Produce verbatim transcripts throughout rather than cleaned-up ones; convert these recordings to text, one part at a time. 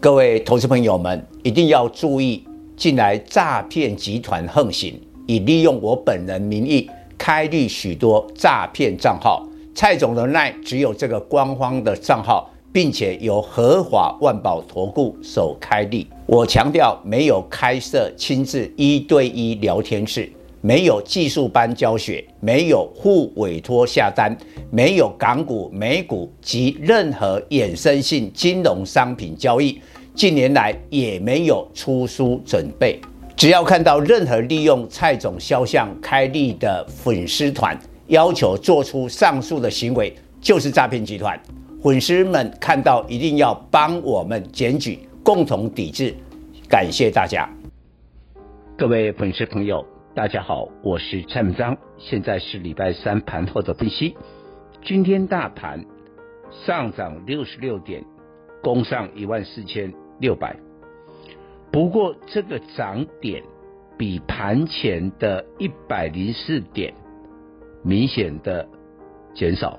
各位投资朋友们一定要注意，近来诈骗集团横行，以利用我本人名义开立许多诈骗账号。蔡总的 LINE 只有这个官方的账号，并且由合法万宝投顾所开立。我强调，没有开设亲自一对一聊天室，没有技术班教学，没有互委托下单，没有港股、美股及任何衍生性金融商品交易。近年来也没有出书准备，只要看到任何利用蔡总肖像开立的粉丝团，要求做出上述的行为，就是诈骗集团。粉丝们看到一定要帮我们检举，共同抵制。感谢大家。 各位粉丝朋友，大家好，我是蔡明章，现在是礼拜三盘后的分析。今天大盘上涨六十六点，攻上一万四千六百，不过这个涨点比盘前的一百零四点明显的减少。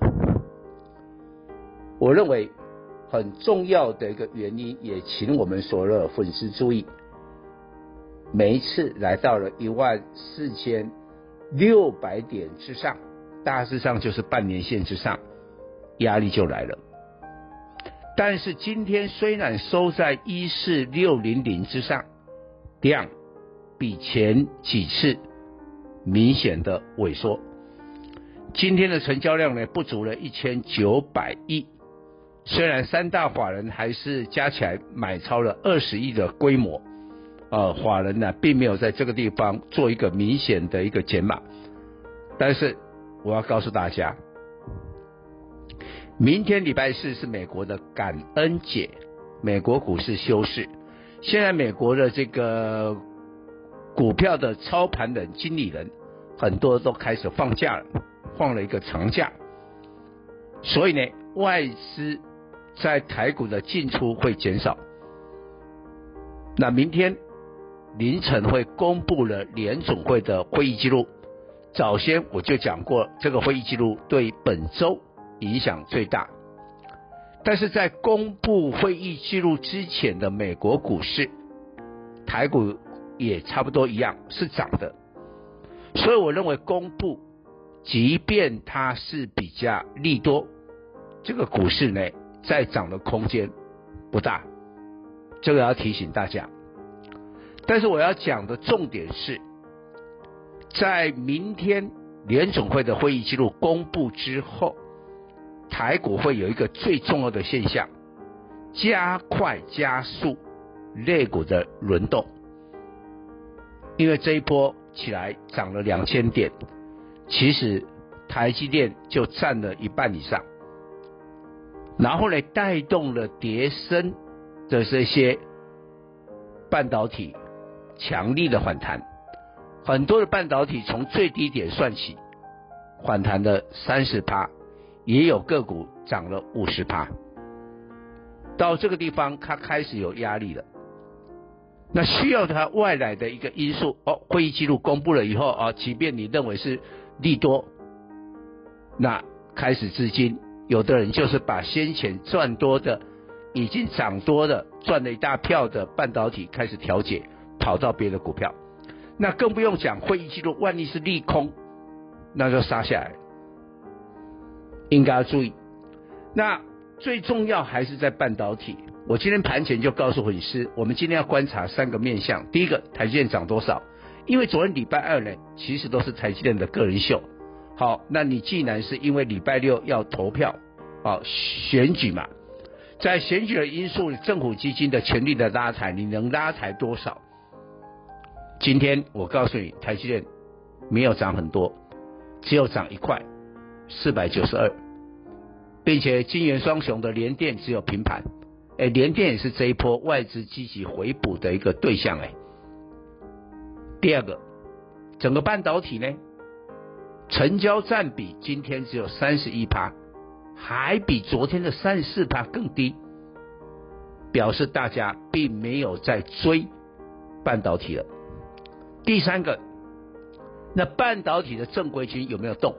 我认为很重要的一个原因，也请我们所有的粉丝注意，每一次来到了一万四千六百点之上，大致上就是半年线之上，压力就来了。但是今天虽然收在一四六零零之上，量比前几次明显的萎缩。今天的成交量呢不足了一千九百亿，虽然三大法人还是加起来买超了二十亿的规模，呃，法人呢并没有在这个地方做一个明显的一个减码，但是我要告诉大家，明天礼拜四是美国的感恩节，美国股市休市。现在美国的这个股票的操盘人、经理人很多都开始放假了，放了一个长假，所以呢，外资在台股的进出会减少。那明天凌晨会公布了联准会的会议记录，早先我就讲过，这个会议记录对本周影响最大，但是在公布会议记录之前的美国股市，台股也差不多一样是涨的，所以我认为公布即便它是比较利多，这个股市呢再涨的空间不大，这个要提醒大家。但是我要讲的重点是，在明天联总会的会议记录公布之后，台股会有一个最重要的现象，加快加速类股的轮动。因为这一波起来涨了两千点，其实台积电就占了一半以上，然后呢带动了跌升的这些半导体强力的反弹，很多的半导体从最低点算起反弹了 百分之三十，也有个股涨了 百分之五十， 到这个地方它开始有压力了，那需要它外来的一个因素哦，会议记录公布了以后啊，即便你认为是利多，那开始资金有的人就是把先前赚多的已经涨多的赚了一大票的半导体开始调节，跑到别的股票，那更不用讲会议记录万一是利空，那就杀下来，应该要注意。那最重要还是在半导体，我今天盘前就告诉粉丝，我们今天要观察三个面向。第一个，台积电涨多少？因为昨天礼拜二呢，其实都是台积电的个人秀。好，那你既然是因为礼拜六要投票，好，选举嘛，在选举的因素，政府基金的全力的拉抬，你能拉抬多少？今天我告诉你，台积电没有涨很多，只有涨一块，四百九十二，并且金元双雄的联电只有平盘。哎，联电也是这一波外资积极回补的一个对象。哎，第二个，整个半导体呢，成交占比今天只有 百分之三十一， 还比昨天的 百分之三十四 更低，表示大家并没有在追半导体了。第三个，那半导体的正规军有没有动？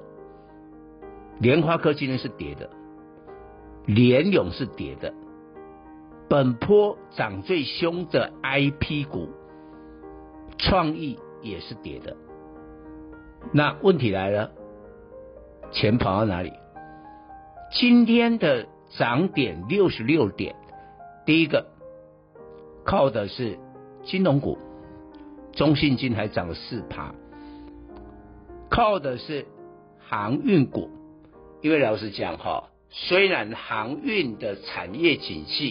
联发科今天是跌的，联咏是跌的， 本波涨最凶的 I P 股，创意也是跌的。那问题来了，钱跑到哪里？今天的涨点六十六点，第一个靠的是金融股，中信金还涨了 百分之四， 靠的是航运股。因为老实讲哈，虽然航运的产业景气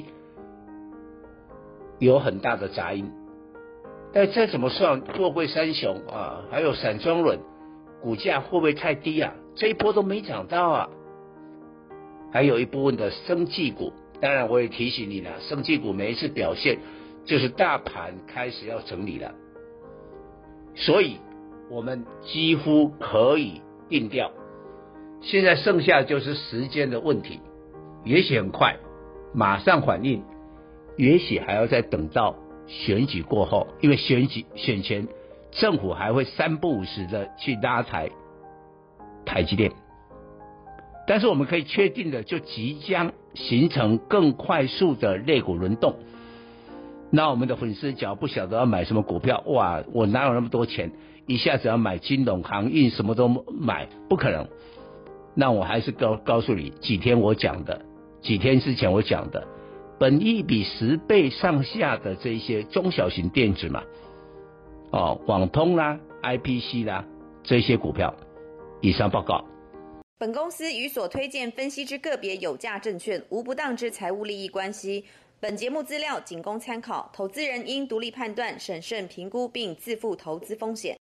有很大的杂音，但再怎么算，货柜三雄啊，还有散装轮股价会不会太低啊？这一波都没涨到啊。还有一部分的生技股，当然我也提醒你了，生技股每一次表现就是大盘开始要整理了，所以我们几乎可以定调，现在剩下就是时间的问题，也许很快马上反应，也许还要再等到选举过后，因为选举选前政府还会三不五时的去拉抬台积电，但是我们可以确定的，就即将形成更快速的类股轮动。那我们的粉丝只要不晓得要买什么股票，哇，我哪有那么多钱，一下子要买金融、航运什么都买，不可能。那我还是告告诉你，几天我讲的，几天之前我讲的，本益比十倍上下的这些中小型电子嘛，哦，网通啦、I P C 啦这些股票。以上报告。 本公司与所推荐分析之个别有价证券无不当之财务利益关系。本节目资料仅供参考，投资人应独立判断、审慎评估并自负投资风险。